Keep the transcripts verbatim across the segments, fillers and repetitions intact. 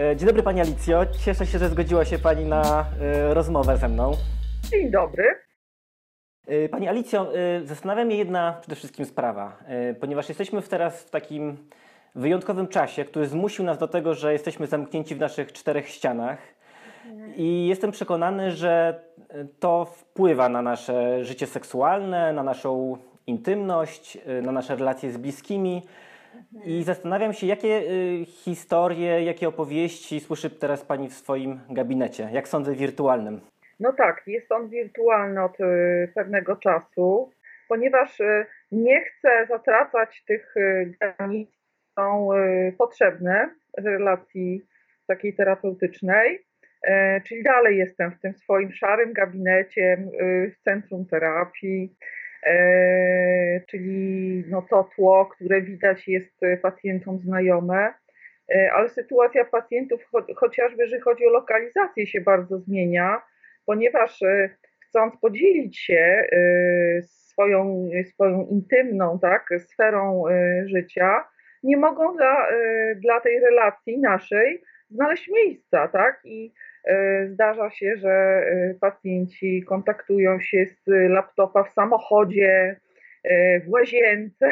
Dzień dobry Pani Alicjo, cieszę się, że zgodziła się Pani na rozmowę ze mną. Dzień dobry. Pani Alicjo, zastanawia mnie jedna przede wszystkim sprawa, ponieważ jesteśmy teraz w takim wyjątkowym czasie, który zmusił nas do tego, że jesteśmy zamknięci w naszych czterech ścianach i jestem przekonany, że to wpływa na nasze życie seksualne, na naszą intymność, na nasze relacje z bliskimi. I zastanawiam się, jakie y, historie, jakie opowieści słyszy teraz Pani w swoim gabinecie, jak sądzę, wirtualnym. No tak, jest on wirtualny od y, pewnego czasu, ponieważ y, nie chcę zatracać tych y, granic, które są y, potrzebne w relacji takiej terapeutycznej, y, czyli dalej jestem w tym swoim szarym gabinecie y, w centrum terapii, y, czyli no to tło, które widać jest pacjentom znajome. Ale sytuacja pacjentów, cho- chociażby jeżeli chodzi o lokalizację, się bardzo zmienia, ponieważ chcąc podzielić się swoją, swoją intymną, tak, sferą życia, nie mogą dla, dla tej relacji naszej znaleźć miejsca, tak? I zdarza się, że pacjenci kontaktują się z laptopa w samochodzie, w łazience,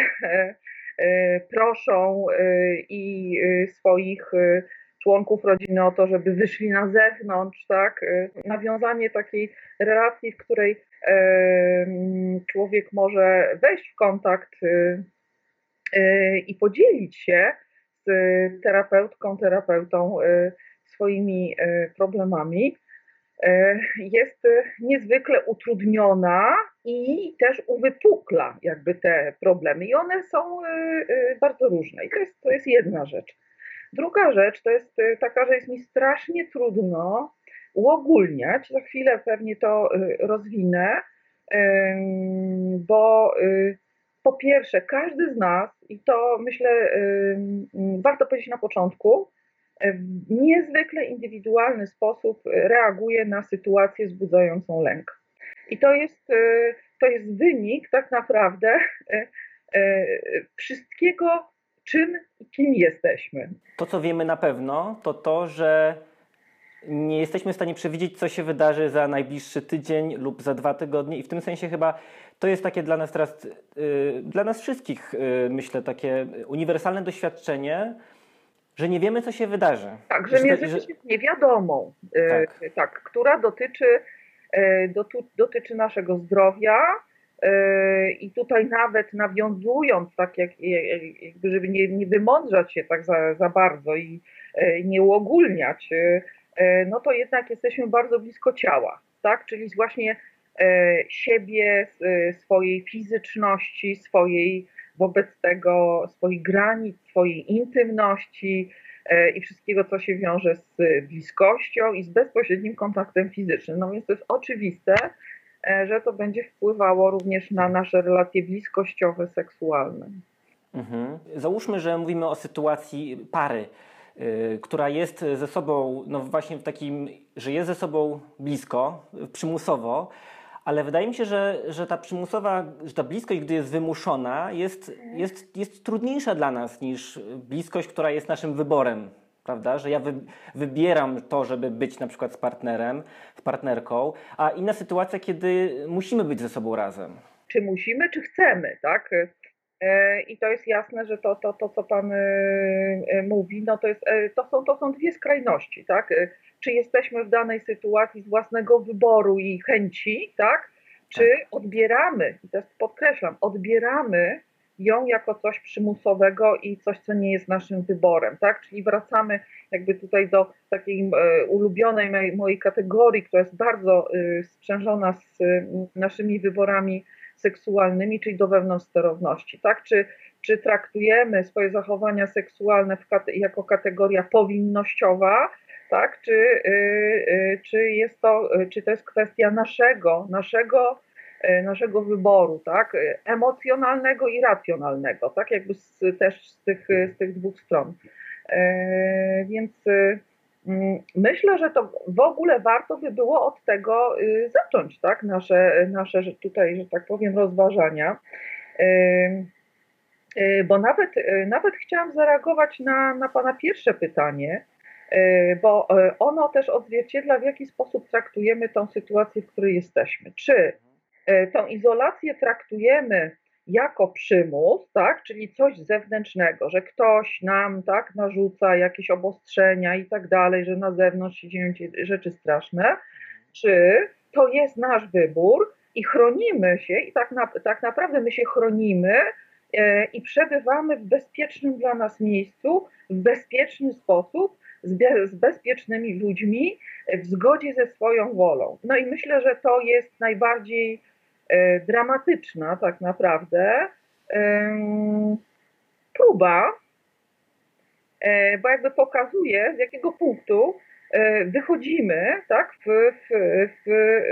proszą i swoich członków rodziny o to, żeby wyszli na zewnątrz, tak? Nawiązanie takiej relacji, w której człowiek może wejść w kontakt i podzielić się z terapeutką, terapeutą swoimi problemami, jest niezwykle utrudniona i też uwypukla jakby te problemy i one są bardzo różne i to jest, to jest jedna rzecz. Druga rzecz to jest taka, że jest mi strasznie trudno uogólniać, za chwilę pewnie to rozwinę, bo po pierwsze każdy z nas, i to myślę warto powiedzieć na początku, w niezwykle indywidualny sposób reaguje na sytuację wzbudzającą lęk. I to jest, to jest wynik tak naprawdę wszystkiego, czym i kim jesteśmy. To, co wiemy na pewno, to to, że nie jesteśmy w stanie przewidzieć, co się wydarzy za najbliższy tydzień lub za dwa tygodnie i w tym sensie chyba to jest takie dla nas teraz, yy, dla nas wszystkich, yy, myślę, takie uniwersalne doświadczenie, że nie wiemy, co się wydarzy. Tak, że mierzymy się z niewiadomą, tak. Yy, tak, która dotyczy, yy, dotu, dotyczy naszego zdrowia yy, i tutaj nawet nawiązując, tak jak, jakby żeby nie, nie wymądrzać się tak za, za bardzo i yy, nie uogólniać, yy, no to jednak jesteśmy bardzo blisko ciała, tak, czyli właśnie yy, siebie, yy, swojej fizyczności, swojej wobec tego swoich granic, swojej intymności i wszystkiego, co się wiąże z bliskością i z bezpośrednim kontaktem fizycznym. No więc to jest oczywiste, że to będzie wpływało również na nasze relacje bliskościowe, seksualne. Mhm. Załóżmy, że mówimy o sytuacji pary, yy, która jest ze sobą, no właśnie w takim, że jest ze sobą blisko, przymusowo, ale wydaje mi się, że, że ta przymusowa, że ta bliskość, gdy jest wymuszona, jest, jest, jest trudniejsza dla nas niż bliskość, która jest naszym wyborem, prawda? Że ja wy, wybieram to, żeby być na przykład z partnerem, z partnerką, a inna sytuacja, kiedy musimy być ze sobą razem. Czy musimy, czy chcemy, tak? I to jest jasne, że to, to, to co Pan mówi, no to, jest, to, są, to są dwie skrajności, tak? Czy jesteśmy w danej sytuacji z własnego wyboru i chęci, tak? Czy tak. odbieramy, i to podkreślam, odbieramy ją jako coś przymusowego i coś, co nie jest naszym wyborem, tak? Czyli wracamy jakby tutaj do takiej ulubionej mojej, mojej kategorii, która jest bardzo sprzężona z naszymi wyborami seksualnymi, czyli do wewnątrzsterowności, tak? Czy, czy traktujemy swoje zachowania seksualne w kate- jako kategoria powinnościowa, tak? Czy, yy, czy, jest to, czy to jest kwestia naszego, naszego, yy, naszego wyboru, tak? Emocjonalnego i racjonalnego, tak? Jakby z, też z tych, z tych dwóch stron. Yy, więc yy, myślę, że to w ogóle warto by było od tego yy, zacząć, tak? Nasze, nasze tutaj, że tak powiem, rozważania. Yy, Bo nawet, nawet chciałam zareagować na, na Pana pierwsze pytanie, e, bo e, ono też odzwierciedla, w jaki sposób traktujemy tą sytuację, w której jesteśmy. Czy e, tą izolację traktujemy jako przymus, tak, czyli coś zewnętrznego, że ktoś nam tak narzuca jakieś obostrzenia i tak dalej, że na zewnątrz się dzieją rzeczy straszne, czy to jest nasz wybór i chronimy się, i tak, na, tak naprawdę my się chronimy e, i przebywamy w bezpiecznym dla nas miejscu, w bezpieczny sposób, z, be, z bezpiecznymi ludźmi, w zgodzie ze swoją wolą. No i myślę, że to jest najbardziej e, dramatyczna tak naprawdę e, próba, e, bo jakby pokazuje, z jakiego punktu e, wychodzimy, tak, w, w, w,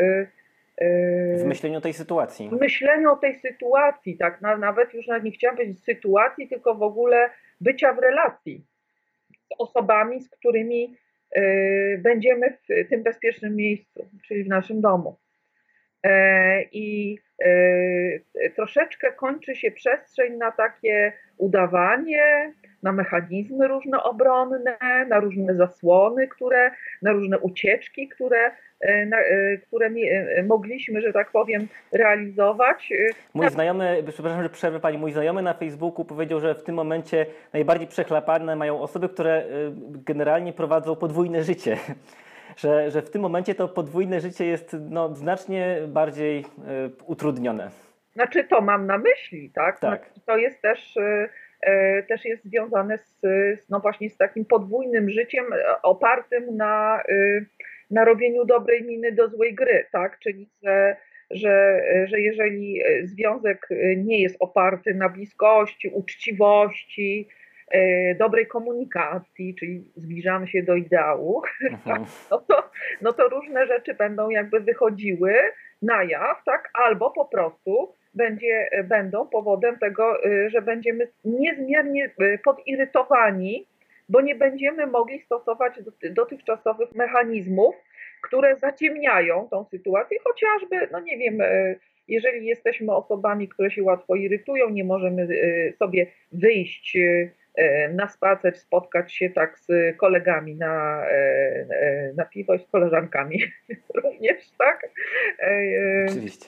W e, myśleniu o tej sytuacji. w myśleniu o tej sytuacji, tak, nawet już nie chciałam powiedzieć sytuacji, tylko w ogóle bycia w relacji z osobami, z którymi e, będziemy w tym bezpiecznym miejscu, czyli w naszym domu. E, I e, troszeczkę kończy się przestrzeń na takie udawanie, na mechanizmy różne obronne, na różne zasłony, które, na różne ucieczki, które, e, na, e, które mi, e, mogliśmy, że tak powiem, realizować. Mój znajomy, przepraszam, że przerwę Pani, mój znajomy na Facebooku powiedział, że w tym momencie najbardziej przechlapane mają osoby, które generalnie prowadzą podwójne życie. Że, że w tym momencie to podwójne życie jest no, znacznie bardziej y, utrudnione. Znaczy to mam na myśli, tak? Tak. Znaczy, to jest też, y, y, też jest związane z, no właśnie z takim podwójnym życiem opartym na, y, na robieniu dobrej miny do złej gry, tak? Czyli że, że, że jeżeli związek nie jest oparty na bliskości, uczciwości, dobrej komunikacji, czyli zbliżamy się do ideału, Mhm. no, to, no to różne rzeczy będą jakby wychodziły na jaw, tak? Albo po prostu będzie, będą powodem tego, że będziemy niezmiernie podirytowani, bo nie będziemy mogli stosować dotychczasowych mechanizmów, które zaciemniają tą sytuację, chociażby, no nie wiem, jeżeli jesteśmy osobami, które się łatwo irytują, nie możemy sobie wyjść na spacer, spotkać się tak z kolegami na, na piwo i z koleżankami również, tak? Oczywiście.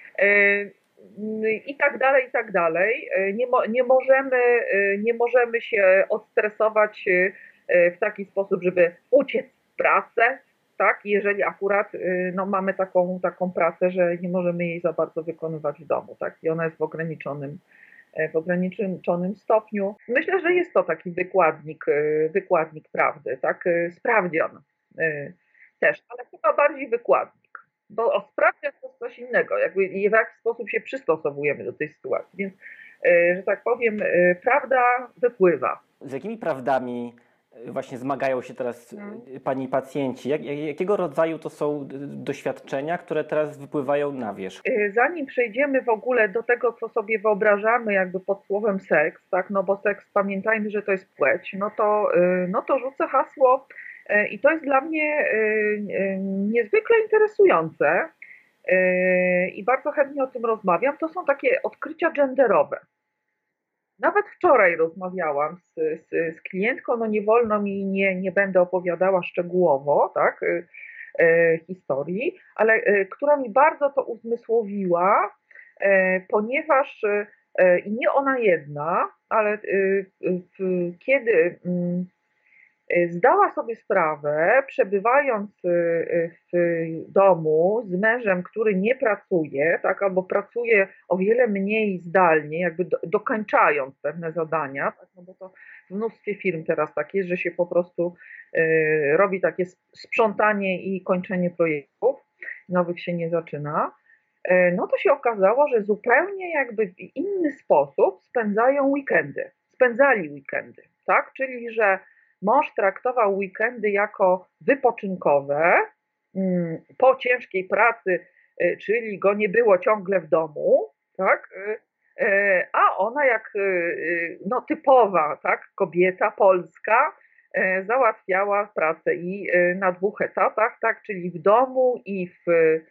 I tak dalej, i tak dalej. Nie, mo, nie, możemy, nie możemy się odstresować w taki sposób, żeby uciec w pracę, tak? Jeżeli akurat no, mamy taką, taką pracę, że nie możemy jej za bardzo wykonywać w domu, tak? I ona jest w ograniczonym, w ograniczonym stopniu. Myślę, że jest to taki wykładnik, wykładnik prawdy, tak? Sprawdzian też, ale chyba bardziej wykładnik. Bo o sprawdzian to jest coś innego, jakby w jaki sposób się przystosowujemy do tej sytuacji. Więc, że tak powiem, prawda wypływa. Z jakimi prawdami właśnie zmagają się teraz hmm. Pani pacjenci? Jak, jakiego rodzaju to są doświadczenia, które teraz wypływają na wierzch? Zanim przejdziemy w ogóle do tego, co sobie wyobrażamy jakby pod słowem seks, tak, no bo seks, pamiętajmy, że to jest płeć, no to, no to rzucę hasło i to jest dla mnie niezwykle interesujące i bardzo chętnie o tym rozmawiam. To są takie odkrycia genderowe. Nawet wczoraj rozmawiałam z, z, z klientką, no nie wolno mi, nie, nie będę opowiadała szczegółowo, tak, e, historii, ale e, która mi bardzo to uzmysłowiła, e, ponieważ e, i nie ona jedna, ale e, w, kiedy m, zdała sobie sprawę, przebywając w domu z mężem, który nie pracuje, tak, albo pracuje o wiele mniej zdalnie, jakby do, dokończając pewne zadania, tak, no bo to w mnóstwie firm teraz tak jest, że się po prostu y, robi takie sprzątanie i kończenie projektów, nowych się nie zaczyna. Y, no to się okazało, że zupełnie jakby w inny sposób spędzają weekendy, spędzali weekendy, tak, czyli że mąż traktował weekendy jako wypoczynkowe po ciężkiej pracy, czyli go nie było ciągle w domu, tak? A ona jak no, typowa, tak, kobieta polska załatwiała pracę i na dwóch etatach, tak, czyli w domu i w,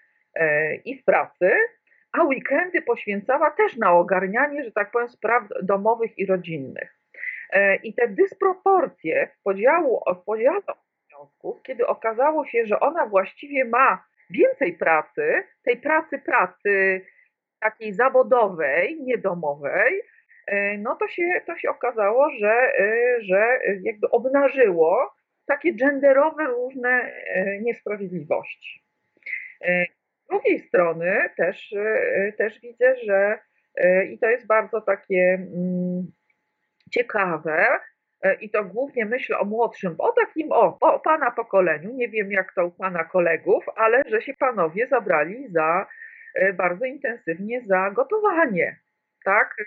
i w pracy, a weekendy poświęcała też na ogarnianie, że tak powiem, spraw domowych i rodzinnych. I te dysproporcje w podziału, w podziale związków, kiedy okazało się, że ona właściwie ma więcej pracy, tej pracy, pracy takiej zawodowej, niedomowej, no to się, to się okazało, że, że jakby obnażyło takie genderowe różne niesprawiedliwości. Z drugiej strony też, też widzę, że i to jest bardzo takie ciekawe, i to głównie myślę o młodszym, o takim, o, o pana pokoleniu, nie wiem jak to u pana kolegów, ale że się panowie zabrali za bardzo intensywnie za gotowanie, tak?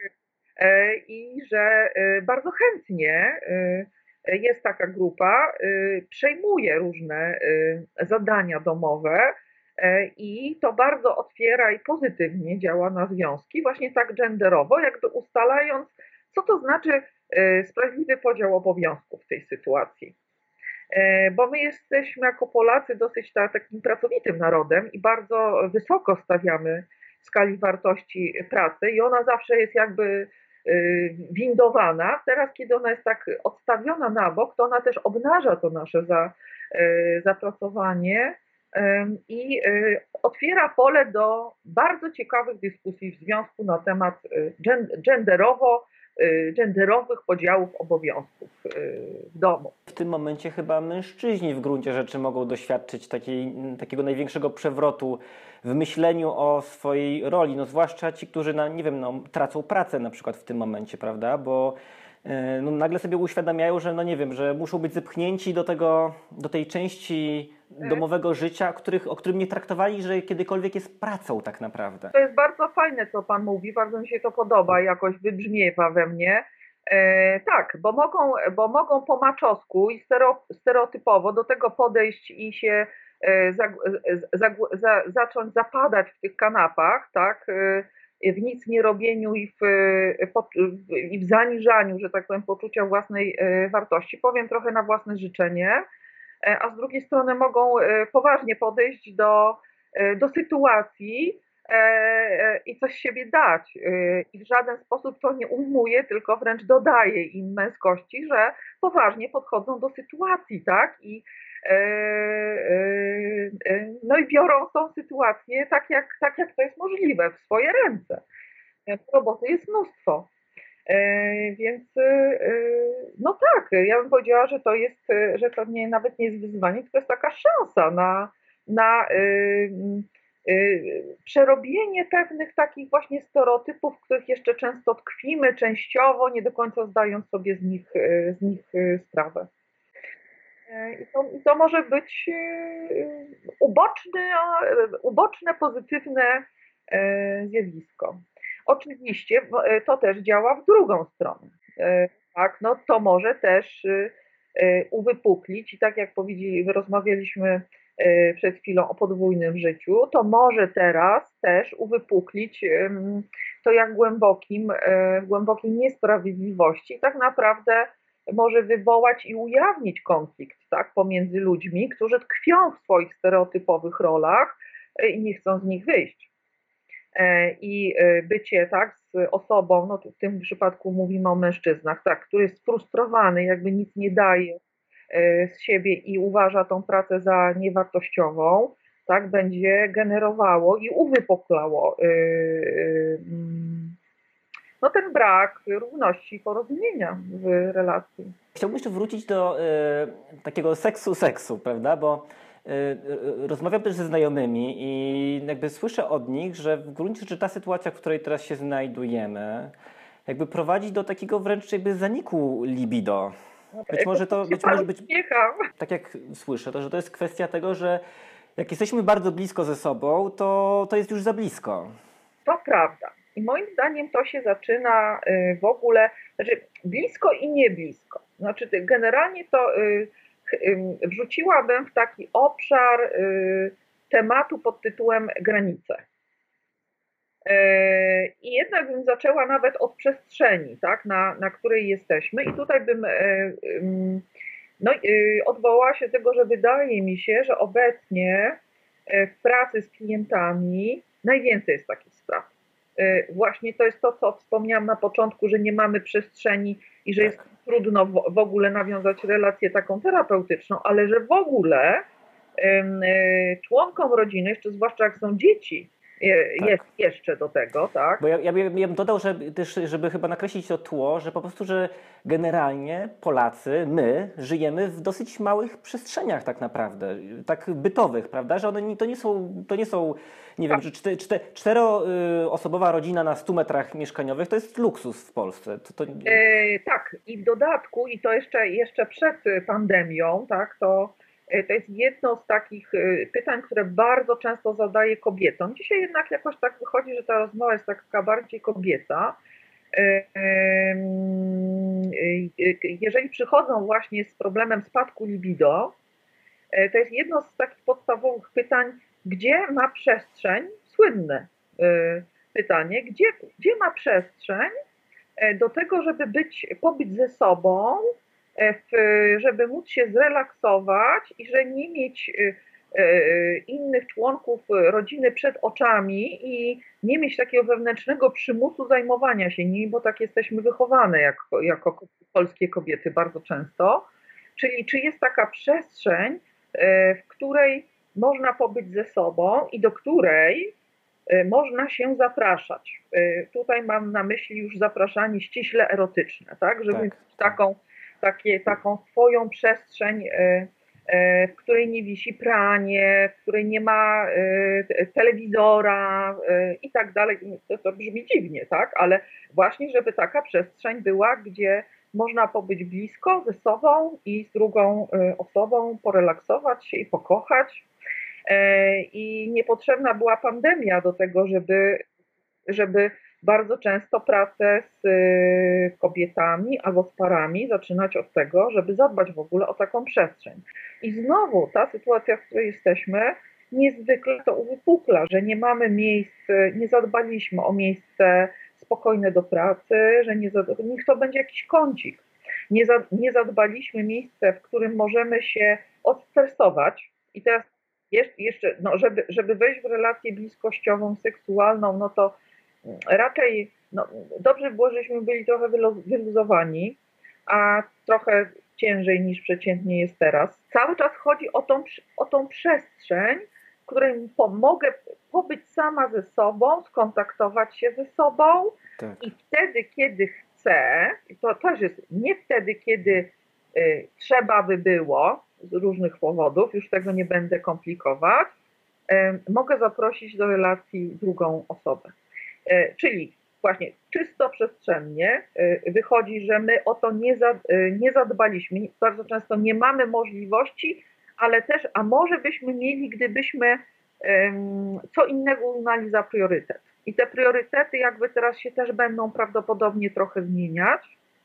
I że bardzo chętnie jest taka grupa, przejmuje różne zadania domowe i to bardzo otwiera i pozytywnie działa na związki, właśnie tak genderowo, jakby ustalając, co to znaczy sprawiedliwy podział obowiązków w tej sytuacji. Bo my jesteśmy jako Polacy dosyć takim pracowitym narodem i bardzo wysoko stawiamy w skali wartości pracy i ona zawsze jest jakby windowana. Teraz, kiedy ona jest tak odstawiona na bok, to ona też obnaża to nasze za, zapracowanie i otwiera pole do bardzo ciekawych dyskusji w związku na temat genderowo genderowych podziałów obowiązków w domu. W tym momencie chyba mężczyźni w gruncie rzeczy mogą doświadczyć takiej, takiego największego przewrotu w myśleniu o swojej roli, no zwłaszcza ci, którzy na, nie wiem, no, tracą pracę na przykład w tym momencie, prawda, bo no, nagle sobie uświadamiają, że no nie wiem, że muszą być zepchnięci do tego, do tej części domowego życia, których, o którym nie traktowali, że kiedykolwiek jest pracą tak naprawdę. To jest bardzo fajne, co pan mówi, bardzo mi się to podoba, jakoś wybrzmiewa we mnie. E, tak, bo mogą, bo mogą po maczosku i stereotypowo do tego podejść i się e, za, za, za, zacząć zapadać w tych kanapach, tak, e, w nic nie robieniu i w, w, i w zaniżaniu, że tak powiem, poczucia własnej e, wartości. Powiem trochę na własne życzenie. A z drugiej strony mogą poważnie podejść do, do sytuacji i coś z siebie dać. I w żaden sposób to nie ujmuje, tylko wręcz dodaje im męskości, że poważnie podchodzą do sytuacji, tak? I, no i biorą tą sytuację tak jak, tak, jak to jest możliwe, w swoje ręce. Roboty jest mnóstwo. Więc no tak, ja bym powiedziała, że to jest, że to nie, nawet nie jest wyzwanie, tylko jest taka szansa na, na y, y, przerobienie pewnych takich właśnie stereotypów, w których jeszcze często tkwimy, częściowo, nie do końca zdając sobie z nich, z nich sprawę. I to, i to może być uboczne, uboczne, pozytywne zjawisko. Oczywiście to też działa w drugą stronę. Tak, no to może też uwypuklić i tak jak powiedzieli, rozmawialiśmy przed chwilą o podwójnym życiu, to może teraz też uwypuklić to, jak głębokim, głębokiej niesprawiedliwości tak naprawdę może wywołać i ujawnić konflikt, tak, pomiędzy ludźmi, którzy tkwią w swoich stereotypowych rolach i nie chcą z nich wyjść. I bycie tak z osobą, no w tym przypadku mówimy o mężczyznach, tak, który jest sfrustrowany, jakby nic nie daje z siebie i uważa tą pracę za niewartościową, tak, będzie generowało i uwypuklało no ten brak równości i porozumienia w relacji. Chciałbym jeszcze wrócić do y, takiego seksu seksu, prawda, bo rozmawiam też ze znajomymi i jakby słyszę od nich, że w gruncie rzeczy ta sytuacja, w której teraz się znajdujemy, jakby prowadzi do takiego wręcz jakby zaniku libido. Być może to być może być tak jak słyszę, to że to jest kwestia tego, że jak jesteśmy bardzo blisko ze sobą, to, to jest już za blisko. To prawda. I moim zdaniem to się zaczyna w ogóle, znaczy blisko i nie blisko. Znaczy generalnie to wrzuciłabym w taki obszar tematu pod tytułem granice. I jednak bym zaczęła nawet od przestrzeni, tak, na, na której jesteśmy i tutaj bym no, odwołała się do tego, że wydaje mi się, że obecnie w pracy z klientami najwięcej jest takich spraw. Właśnie to jest to, co wspomniałam na początku, że nie mamy przestrzeni i że jest trudno w, w ogóle nawiązać relację taką terapeutyczną, ale że w ogóle ym, y, członkom rodziny, jeszcze zwłaszcza jak są dzieci, y, jest Tak. jeszcze do tego, tak? Bo ja, ja, bym- ja bym dodał, że też, żeby chyba nakreślić to tło, że po prostu, że generalnie Polacy, my żyjemy w dosyć małych przestrzeniach tak naprawdę, tak bytowych, prawda, że one nie, to nie są, to nie są, nie wiem, że czte, czte, czteroosobowa rodzina na stu metrach mieszkaniowych to jest luksus w Polsce. To, to... E, tak, i w dodatku, i to jeszcze, jeszcze przed pandemią, tak, to, e, to jest jedno z takich e, pytań, które bardzo często zadaję kobietom. Dzisiaj jednak jakoś tak wychodzi, że ta rozmowa jest taka bardziej kobieca. E, em, e, Jeżeli przychodzą właśnie z problemem spadku libido, e, to jest jedno z takich podstawowych pytań, gdzie ma przestrzeń, słynne e, pytanie, gdzie, gdzie ma przestrzeń do tego, żeby być, pobyć ze sobą, żeby móc się zrelaksować i że nie mieć innych członków rodziny przed oczami i nie mieć takiego wewnętrznego przymusu zajmowania się nimi, bo tak jesteśmy wychowane jako, jako polskie kobiety bardzo często. Czyli czy jest taka przestrzeń, w której można pobyć ze sobą i do której można się zapraszać. Tutaj mam na myśli już zapraszanie ściśle erotyczne, tak? Żeby Tak, mieć taką, takie, taką swoją przestrzeń, w której nie wisi pranie, w której nie ma telewizora i tak dalej. To, to brzmi dziwnie, tak? Ale właśnie, żeby taka przestrzeń była, gdzie można pobyć blisko ze sobą i z drugą osobą, porelaksować się i pokochać. I niepotrzebna była pandemia do tego, żeby, żeby bardzo często pracę z kobietami albo z parami zaczynać od tego, żeby zadbać w ogóle o taką przestrzeń. I znowu ta sytuacja, w której jesteśmy, niezwykle to uwypukla, że nie mamy miejsc, nie zadbaliśmy o miejsce spokojne do pracy, że nie zad... niech to będzie jakiś kącik. Nie, za... nie zadbaliśmy miejsce, w którym możemy się odstresować. I teraz jeszcze, no, żeby, żeby wejść w relację bliskościową, seksualną, no to raczej no, dobrze było, żeśmy byli trochę wyluzowani, a trochę ciężej niż przeciętnie jest teraz. Cały czas chodzi o tą, o tą przestrzeń, w której pomogę pobyć sama ze sobą, skontaktować się ze sobą tak. i wtedy, kiedy chcę, to też jest nie wtedy, kiedy y, trzeba by było, z różnych powodów, już tego nie będę komplikować, mogę zaprosić do relacji drugą osobę. Czyli właśnie czysto przestrzennie wychodzi, że my o to nie, za, nie zadbaliśmy. Bardzo często nie mamy możliwości, ale też, a może byśmy mieli, gdybyśmy co innego uznali za priorytet. I te priorytety jakby teraz się też będą prawdopodobnie trochę zmieniać.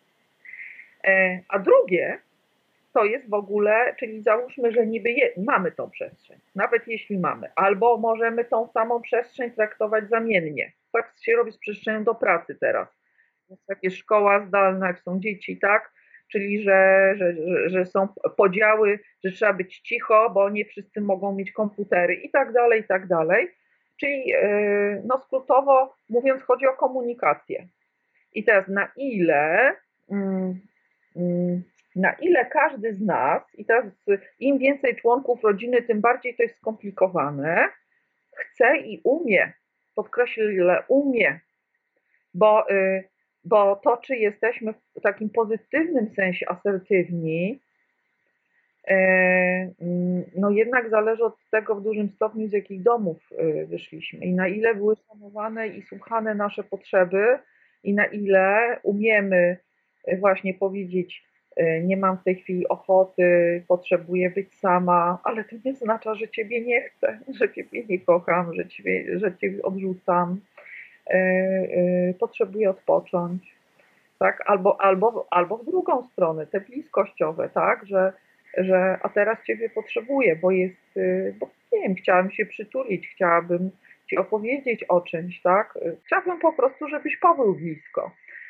A drugie, to jest w ogóle, czyli załóżmy, że niby je, mamy tą przestrzeń, nawet jeśli mamy, albo możemy tą samą przestrzeń traktować zamiennie. Tak się robi z przestrzenią do pracy teraz. Jest takie szkoła zdalna, jak są dzieci, tak? Czyli, że, że, że, że są podziały, że trzeba być cicho, bo nie wszyscy mogą mieć komputery i tak dalej, i tak dalej. Czyli no skrótowo mówiąc, chodzi o komunikację. I teraz na ile mm, mm, na ile każdy z nas, i teraz im więcej członków rodziny, tym bardziej to jest skomplikowane, chce i umie, podkreślę, umie, bo, bo to, czy jesteśmy w takim pozytywnym sensie asertywni, no jednak zależy od tego w dużym stopniu, z jakich domów wyszliśmy i na ile były szanowane i słuchane nasze potrzeby i na ile umiemy właśnie powiedzieć, nie mam w tej chwili ochoty, potrzebuję być sama, ale to nie oznacza, że ciebie nie chcę, że ciebie nie kocham, że ciebie, że ciebie odrzucam, potrzebuję odpocząć, tak? Albo, albo, albo w drugą stronę, te bliskościowe, tak? Że, że a teraz ciebie potrzebuję, bo jest, bo nie wiem, chciałabym się przytulić, chciałabym ci opowiedzieć o czymś, tak? Chciałabym po prostu, żebyś pobył blisko.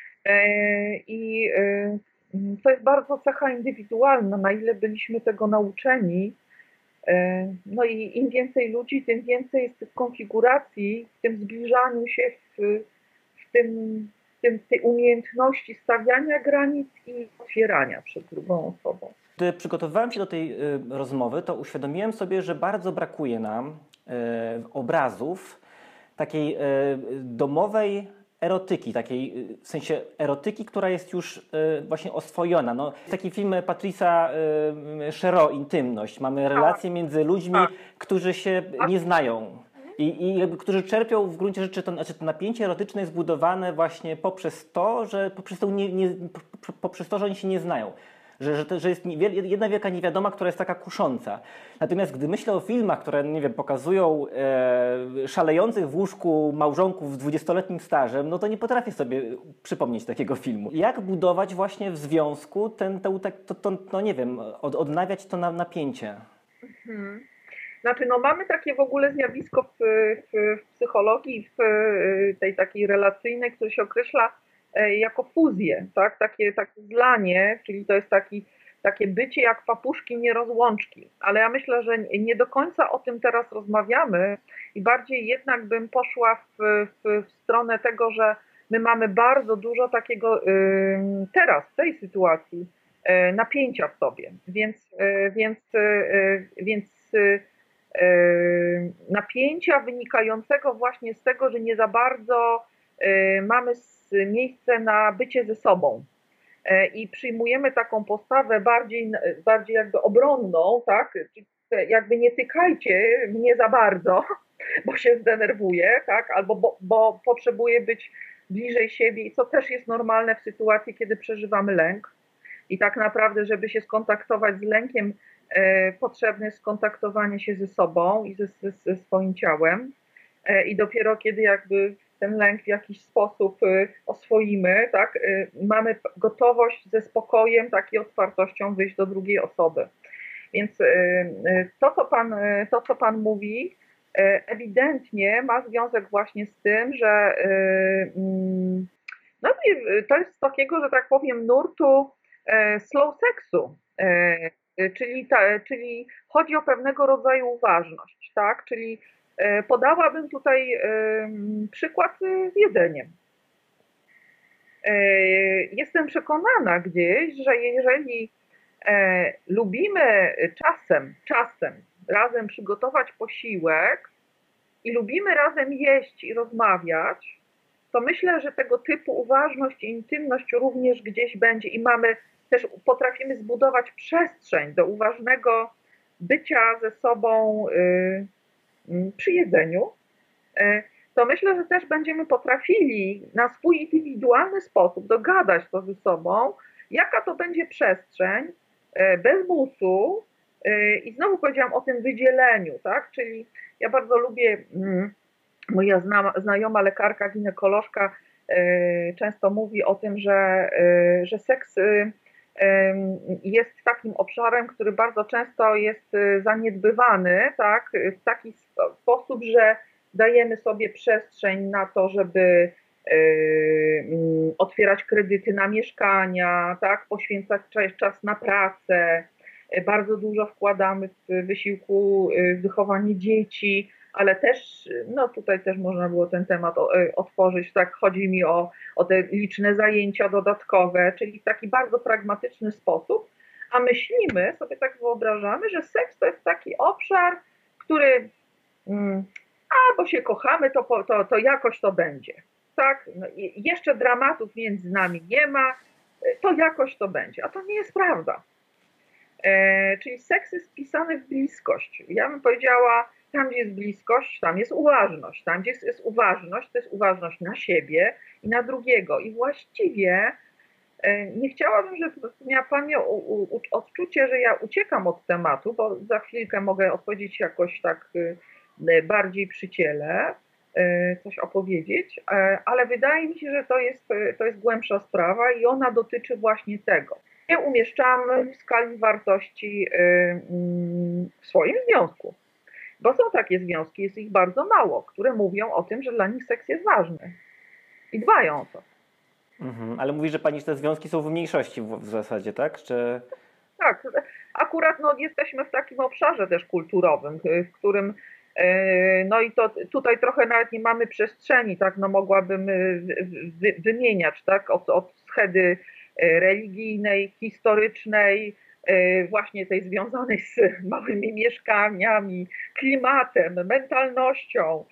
I to jest bardzo cecha indywidualna, na ile byliśmy tego nauczeni. No i im więcej ludzi, tym więcej jest tych konfiguracji, w tym zbliżaniu się, w, w tym tym, tej umiejętności stawiania granic i otwierania przed drugą osobą. Gdy przygotowywałem się do tej y, rozmowy, to uświadomiłem sobie, że bardzo brakuje nam y, obrazów takiej y, domowej erotyki, takiej y, w sensie erotyki, która jest już y, właśnie oswojona. No, taki film Patricia y, Chereau, Intymność. Mamy relacje między ludźmi, Tak. którzy się nie znają. I, i jakby, którzy czerpią w gruncie rzeczy, to, znaczy to napięcie erotyczne jest budowane właśnie poprzez to, że poprzez to, nie, nie, poprzez to, że oni się nie znają. Że, że, to, że jest jedna wielka niewiadoma, która jest taka kusząca. Natomiast gdy myślę o filmach, które, nie wiem, pokazują e, szalejących w łóżku małżonków z dwudziestoletnim stażem, no to nie potrafię sobie przypomnieć takiego filmu. Jak budować właśnie w związku ten, to, to, to, no nie wiem, od, odnawiać to na, napięcie? Mhm. Znaczy, no mamy takie w ogóle zjawisko w, w, w psychologii, w tej takiej relacyjnej, które się określa jako fuzję, tak? Takie, takie zlanie, czyli to jest taki, takie bycie jak papuszki nierozłączki. Ale ja myślę, że nie do końca o tym teraz rozmawiamy i bardziej jednak bym poszła w, w, w stronę tego, że my mamy bardzo dużo takiego teraz, w tej sytuacji, napięcia w sobie. Więc, więc, więc napięcia wynikającego właśnie z tego, że nie za bardzo mamy miejsce na bycie ze sobą i przyjmujemy taką postawę bardziej, bardziej jakby obronną, tak? Jakby nie tykajcie mnie za bardzo, bo się zdenerwuję, tak? Albo bo, bo potrzebuję być bliżej siebie, co też jest normalne w sytuacji, kiedy przeżywamy lęk. I tak naprawdę, żeby się skontaktować z lękiem, e, potrzebne jest skontaktowanie się ze sobą i ze, ze, ze swoim ciałem. E, I dopiero kiedy jakby ten lęk w jakiś sposób e, oswoimy, tak, e, mamy gotowość ze spokojem, tak i otwartością wyjść do drugiej osoby. Więc e, to, co pan, e, to, co pan mówi, e, ewidentnie ma związek właśnie z tym, że e, mm, no i to jest z takiego, że tak powiem, nurtu slow seksu, czyli, ta, czyli chodzi o pewnego rodzaju uważność, tak? Czyli podałabym tutaj przykład z jedzeniem. Jestem przekonana gdzieś, że jeżeli lubimy czasem, czasem razem przygotować posiłek i lubimy razem jeść i rozmawiać, to myślę, że tego typu uważność i intymność również gdzieś będzie i mamy też, potrafimy zbudować przestrzeń do uważnego bycia ze sobą przy jedzeniu, to myślę, że też będziemy potrafili na swój indywidualny sposób dogadać to ze sobą, jaka to będzie przestrzeń bez musu i znowu powiedziałam o tym wydzieleniu, tak? Czyli ja bardzo lubię, moja znajoma lekarka, ginekolożka często mówi o tym, że, że seks jest takim obszarem, który bardzo często jest zaniedbywany, tak, w taki sposób, że dajemy sobie przestrzeń na to, żeby otwierać kredyty na mieszkania, tak, poświęcać czas na pracę, bardzo dużo wkładamy w wysiłku w wychowanie dzieci, ale też, no tutaj też można było ten temat otworzyć, tak, chodzi mi o, o te liczne zajęcia dodatkowe, czyli w taki bardzo pragmatyczny sposób, a myślimy, sobie tak wyobrażamy, że seks to jest taki obszar, który mm, albo się kochamy, to, to, to jakoś to będzie, tak, no, jeszcze dramatów między nami nie ma, to jakoś to będzie, a to nie jest prawda. E, czyli seks jest wpisany w bliskość. Ja bym powiedziała, tam gdzie jest bliskość, tam jest uważność. Tam gdzie jest, jest uważność, to jest uważność na siebie i na drugiego. I właściwie e, nie chciałabym, żeby miała Pan miał u, u, odczucie, że ja uciekam od tematu, bo za chwilkę mogę odpowiedzieć jakoś tak e, bardziej przy ciele, e, coś opowiedzieć, e, ale wydaje mi się, że to jest, to jest głębsza sprawa i ona dotyczy właśnie tego. Nie umieszczamy w skali wartości w swoim związku. Bo są takie związki, jest ich bardzo mało, które mówią o tym, że dla nich seks jest ważny. I dbają o to. Mhm, ale mówi, że Pani, że te związki są w mniejszości w, w zasadzie, tak? Czy... Tak, akurat no, jesteśmy w takim obszarze też kulturowym, w którym No i to tutaj trochę nawet nie mamy przestrzeni, tak, no mogłabym wy, wymieniać, tak, od, od schedy religijnej, historycznej, właśnie tej związanej z małymi mieszkaniami, klimatem, mentalnością,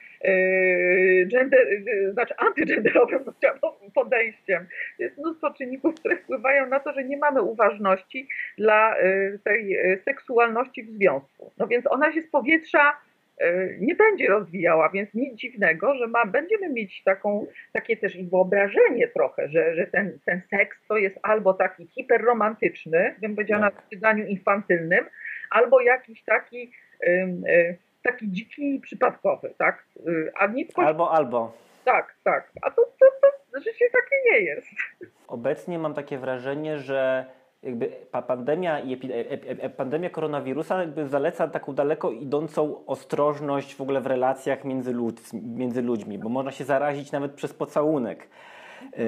gender, znaczy antygenderowym podejściem. Jest mnóstwo czynników, które wpływają na to, że nie mamy uważności dla tej seksualności w związku. No więc ona się z powietrza nie będzie rozwijała, więc nic dziwnego, że ma, będziemy mieć taką, takie też i wyobrażenie trochę, że, że ten, ten seks to jest albo taki hiperromantyczny, bym powiedziała na wydaniu infantylnym, albo jakiś taki, taki dziki i przypadkowy, tak? A nic Albo, albo. Tak, tak. A to, to, to życie takie nie jest. Obecnie mam takie wrażenie, że jakby pandemia i pandemia koronawirusa jakby zaleca taką daleko idącą ostrożność w ogóle w relacjach między, lud, między ludźmi, bo można się zarazić nawet przez pocałunek. Yy,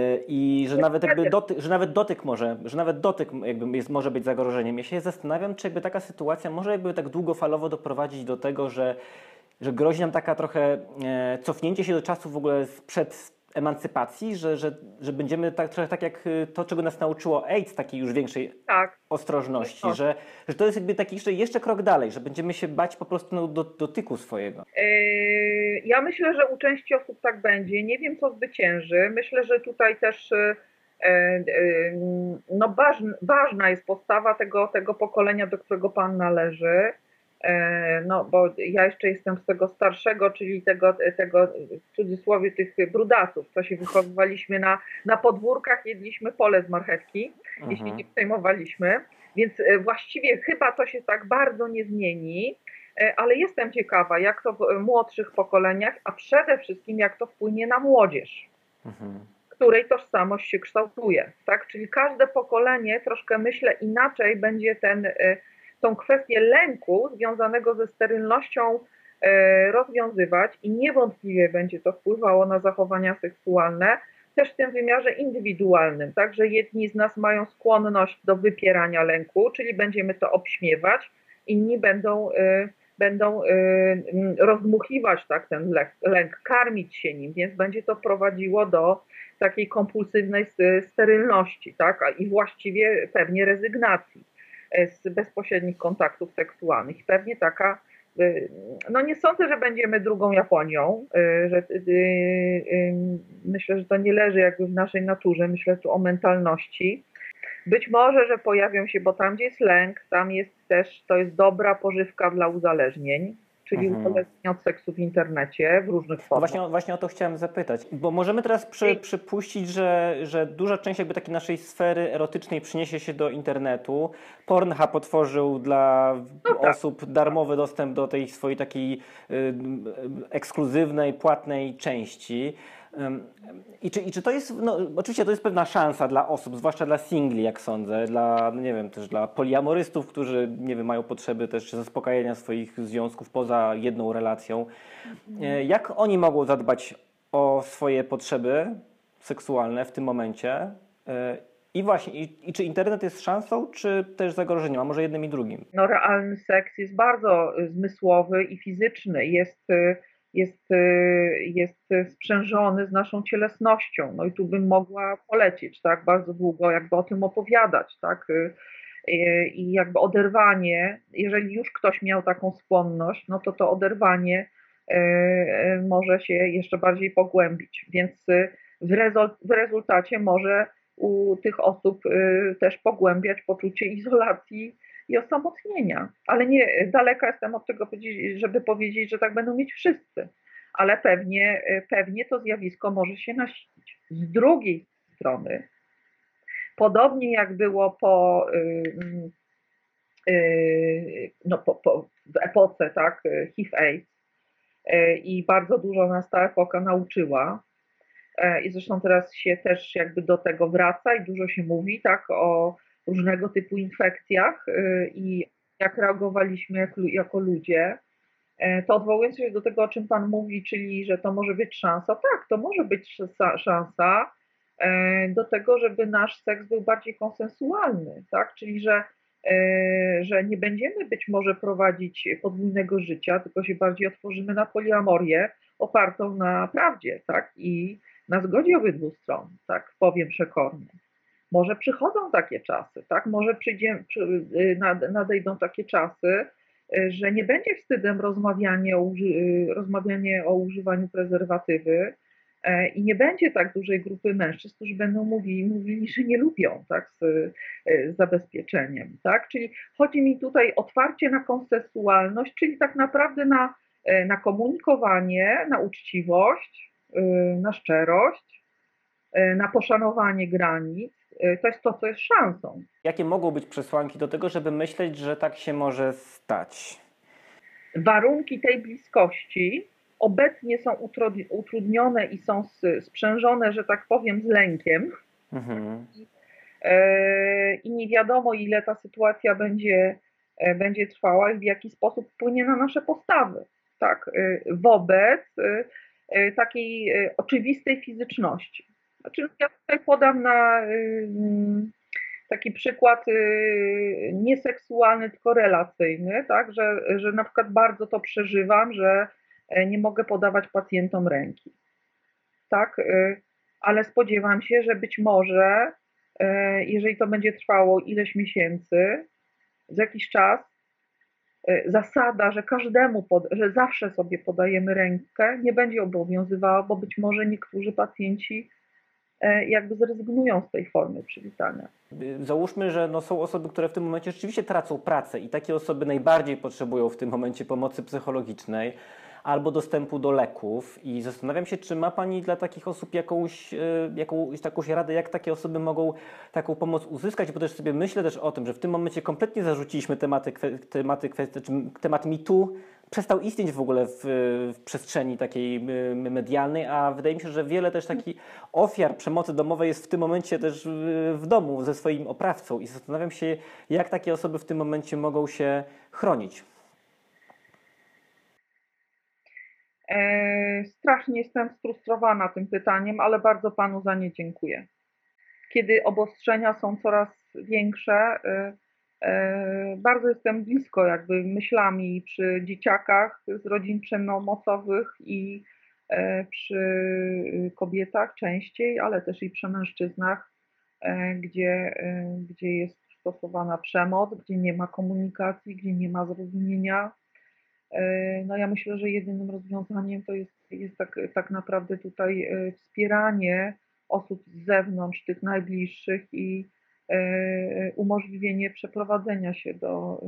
I że nawet, jakby dotyk, że nawet dotyk może, że nawet dotyk jakby jest, może być zagrożeniem. Ja się zastanawiam, czy jakby taka sytuacja może jakby tak długofalowo doprowadzić do tego, że, że grozi nam taka trochę e, cofnięcie się do czasów w ogóle sprzed emancypacji, że, że, że będziemy tak, trochę tak jak to, czego nas nauczyło AIDS, takiej już większej tak. ostrożności, no. że, że to jest jakby taki jeszcze, jeszcze krok dalej, że będziemy się bać po prostu no, do, dotyku swojego. Yy, ja myślę, że u części osób tak będzie. Nie wiem, co zwycięży. Myślę, że tutaj też yy, yy, no, ważna, ważna jest postawa tego, tego pokolenia, do którego Pan należy. No, bo ja jeszcze jestem z tego starszego, czyli tego, tego w cudzysłowie tych brudasów, co się wychowywaliśmy na, na podwórkach, jedliśmy pole z marchewki, mhm. jeśli nie przejmowaliśmy, więc właściwie chyba to się tak bardzo nie zmieni, ale jestem ciekawa, jak to w młodszych pokoleniach, a przede wszystkim jak to wpłynie na młodzież, mhm. której tożsamość się kształtuje, tak? Czyli każde pokolenie troszkę, myślę, inaczej będzie ten tą kwestię lęku związanego ze sterylnością e, rozwiązywać i niewątpliwie będzie to wpływało na zachowania seksualne, też w tym wymiarze indywidualnym, tak, że jedni z nas mają skłonność do wypierania lęku, czyli będziemy to obśmiewać, inni będą, e, będą e, rozdmuchiwać tak, ten lęk, lęk, karmić się nim, więc będzie to prowadziło do takiej kompulsywnej sterylności, tak, i właściwie pewnie rezygnacji z bezpośrednich kontaktów seksualnych. Pewnie taka, no nie sądzę, że będziemy drugą Japonią, że myślę, że to nie leży jakby w naszej naturze, myślę tu o mentalności. Być może, że pojawią się, bo tam gdzie jest lęk, tam jest też, to jest dobra pożywka dla uzależnień, czyli mhm. uzależnienia od seksu w internecie w różnych formach. Właśnie, właśnie o to chciałem zapytać, bo możemy teraz przy, przypuścić, że, że duża część jakby takiej naszej sfery erotycznej przyniesie się do internetu. Pornhub otworzył dla no tak. osób darmowy dostęp do tej swojej takiej y, ekskluzywnej, płatnej części. I czy, I czy to jest, no oczywiście to jest pewna szansa dla osób, zwłaszcza dla singli, jak sądzę, dla, no nie wiem, też dla poliamorystów, którzy, nie wiem, mają potrzeby też zaspokajania swoich związków poza jedną relacją. Jak oni mogą zadbać o swoje potrzeby seksualne w tym momencie? I właśnie, i, i czy internet jest szansą, czy też zagrożeniem, a może jednym i drugim? No realny seks jest bardzo zmysłowy i fizyczny, jest jest, jest sprzężony z naszą cielesnością. No i tu bym mogła polecieć, tak, bardzo długo jakby o tym opowiadać, tak, i jakby oderwanie, jeżeli już ktoś miał taką skłonność, no to to oderwanie może się jeszcze bardziej pogłębić, więc w rezultacie może u tych osób też pogłębiać poczucie izolacji i osamotnienia. Ale nie, daleka jestem od tego, żeby powiedzieć, że tak będą mieć wszyscy. Ale pewnie, pewnie to zjawisko może się nasilić. Z drugiej strony, podobnie jak było po, no, po, po w epoce tak, H I V AIDS i bardzo dużo nas ta epoka nauczyła, i zresztą teraz się też jakby do tego wraca i dużo się mówi tak o różnego typu infekcjach i jak reagowaliśmy jako, jako ludzie, to odwołując się do tego, o czym Pan mówi, czyli że to może być szansa, tak, to może być szansa do tego, żeby nasz seks był bardziej konsensualny, tak, czyli że że nie będziemy być może prowadzić podwójnego życia, tylko się bardziej otworzymy na poliamorię opartą na prawdzie, tak? I na zgodzie obydwu stron, tak powiem przekornie. Może przychodzą takie czasy, tak? Może przyjdzie, nadejdą takie czasy, że nie będzie wstydem rozmawianie o, rozmawianie o używaniu prezerwatywy i nie będzie tak dużej grupy mężczyzn, którzy będą mówili, mówili że nie lubią, tak, z, z zabezpieczeniem, tak? Czyli chodzi mi tutaj otwarcie na konsensualność, czyli tak naprawdę na, na komunikowanie, na uczciwość, na szczerość, na poszanowanie granic. To jest to, co jest szansą. Jakie mogą być przesłanki do tego, żeby myśleć, że tak się może stać? Warunki tej bliskości obecnie są utrudnione i są sprzężone, że tak powiem, z lękiem. Mhm. I nie wiadomo, ile ta sytuacja będzie, będzie trwała i w jaki sposób wpłynie na nasze postawy, tak, wobec takiej oczywistej fizyczności. Znaczy, ja tutaj podam na taki przykład nieseksualny, tylko relacyjny, tak, że, że na przykład bardzo to przeżywam, że nie mogę podawać pacjentom ręki, tak, ale spodziewam się, że być może, jeżeli to będzie trwało ileś miesięcy, za jakiś czas, zasada, że każdemu, pod, że zawsze sobie podajemy rękę, nie będzie obowiązywała, bo być może niektórzy pacjenci jakby zrezygnują z tej formy przywitania. Załóżmy, że no są osoby, które w tym momencie rzeczywiście tracą pracę i takie osoby najbardziej potrzebują w tym momencie pomocy psychologicznej albo dostępu do leków i zastanawiam się, czy ma Pani dla takich osób jakąś, jakąś takąś radę, jak takie osoby mogą taką pomoc uzyskać, bo też sobie myślę też o tym, że w tym momencie kompletnie zarzuciliśmy tematy, tematy, kwestie, czy temat mitu przestał istnieć w ogóle w, w przestrzeni takiej medialnej, a wydaje mi się, że wiele też takich ofiar przemocy domowej jest w tym momencie też w domu ze swoim oprawcą i zastanawiam się, jak takie osoby w tym momencie mogą się chronić. Strasznie jestem sfrustrowana tym pytaniem, ale bardzo Panu za nie dziękuję. Kiedy obostrzenia są coraz większe, bardzo jestem blisko jakby myślami przy dzieciakach z rodzin przemocowych i przy kobietach częściej, ale też i przy mężczyznach, gdzie, gdzie jest stosowana przemoc, gdzie nie ma komunikacji, gdzie nie ma zrozumienia. No ja myślę, że jedynym rozwiązaniem to jest, jest tak, tak naprawdę tutaj wspieranie osób z zewnątrz, tych najbliższych i umożliwienie przeprowadzenia się do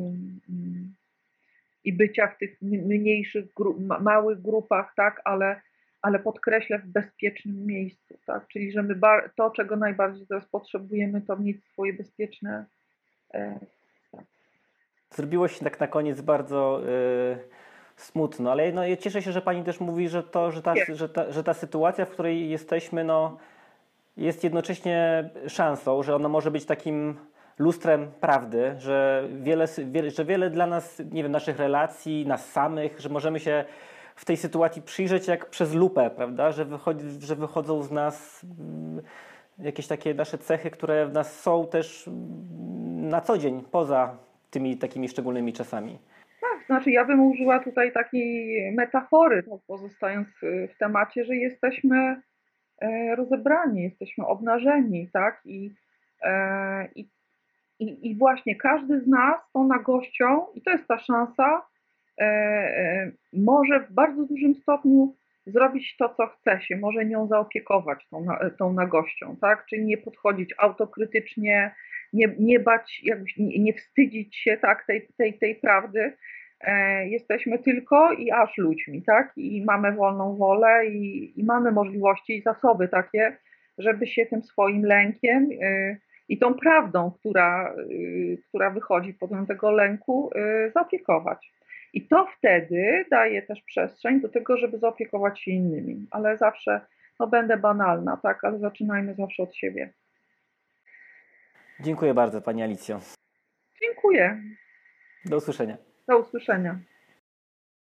i bycia w tych mniejszych, gru, małych grupach, tak, ale, ale podkreślę w bezpiecznym miejscu, tak, czyli że my to, czego najbardziej teraz potrzebujemy, to mieć swoje bezpieczne. Tak. Zrobiło się tak na koniec bardzo yy, smutno, ale no, ja cieszę się, że Pani też mówi, że, to, że, ta, że, ta, że ta sytuacja, w której jesteśmy, no, jest jednocześnie szansą, że ona może być takim lustrem prawdy, że wiele, wiele, że wiele dla nas, nie wiem, naszych relacji, nas samych, że możemy się w tej sytuacji przyjrzeć jak przez lupę, prawda, że, wychodzi, że wychodzą z nas jakieś takie nasze cechy, które w nas są też na co dzień, poza tymi takimi szczególnymi czasami. Tak, znaczy ja bym użyła tutaj takiej metafory, no, pozostając w temacie, że jesteśmy rozebrani, jesteśmy obnażeni, tak? I, i, i, i właśnie każdy z nas tą nagością, i to jest ta szansa, może w bardzo dużym stopniu zrobić to, co chce się, może nią zaopiekować tą, tą nagością, tak? Czyli nie podchodzić autokrytycznie, nie, nie bać, jakbyś, nie, nie wstydzić się, tak, tej, tej, tej prawdy. E, jesteśmy tylko i aż ludźmi, tak? I mamy wolną wolę i, i mamy możliwości i zasoby takie, żeby się tym swoim lękiem y, i tą prawdą, która, y, która wychodzi potem tego lęku, y, zaopiekować. I to wtedy daje też przestrzeń do tego, żeby zaopiekować się innymi. Ale zawsze, no będę banalna, tak? Ale zaczynajmy zawsze od siebie. Dziękuję bardzo Pani Alicjo. Dziękuję. Do usłyszenia. Do usłyszenia.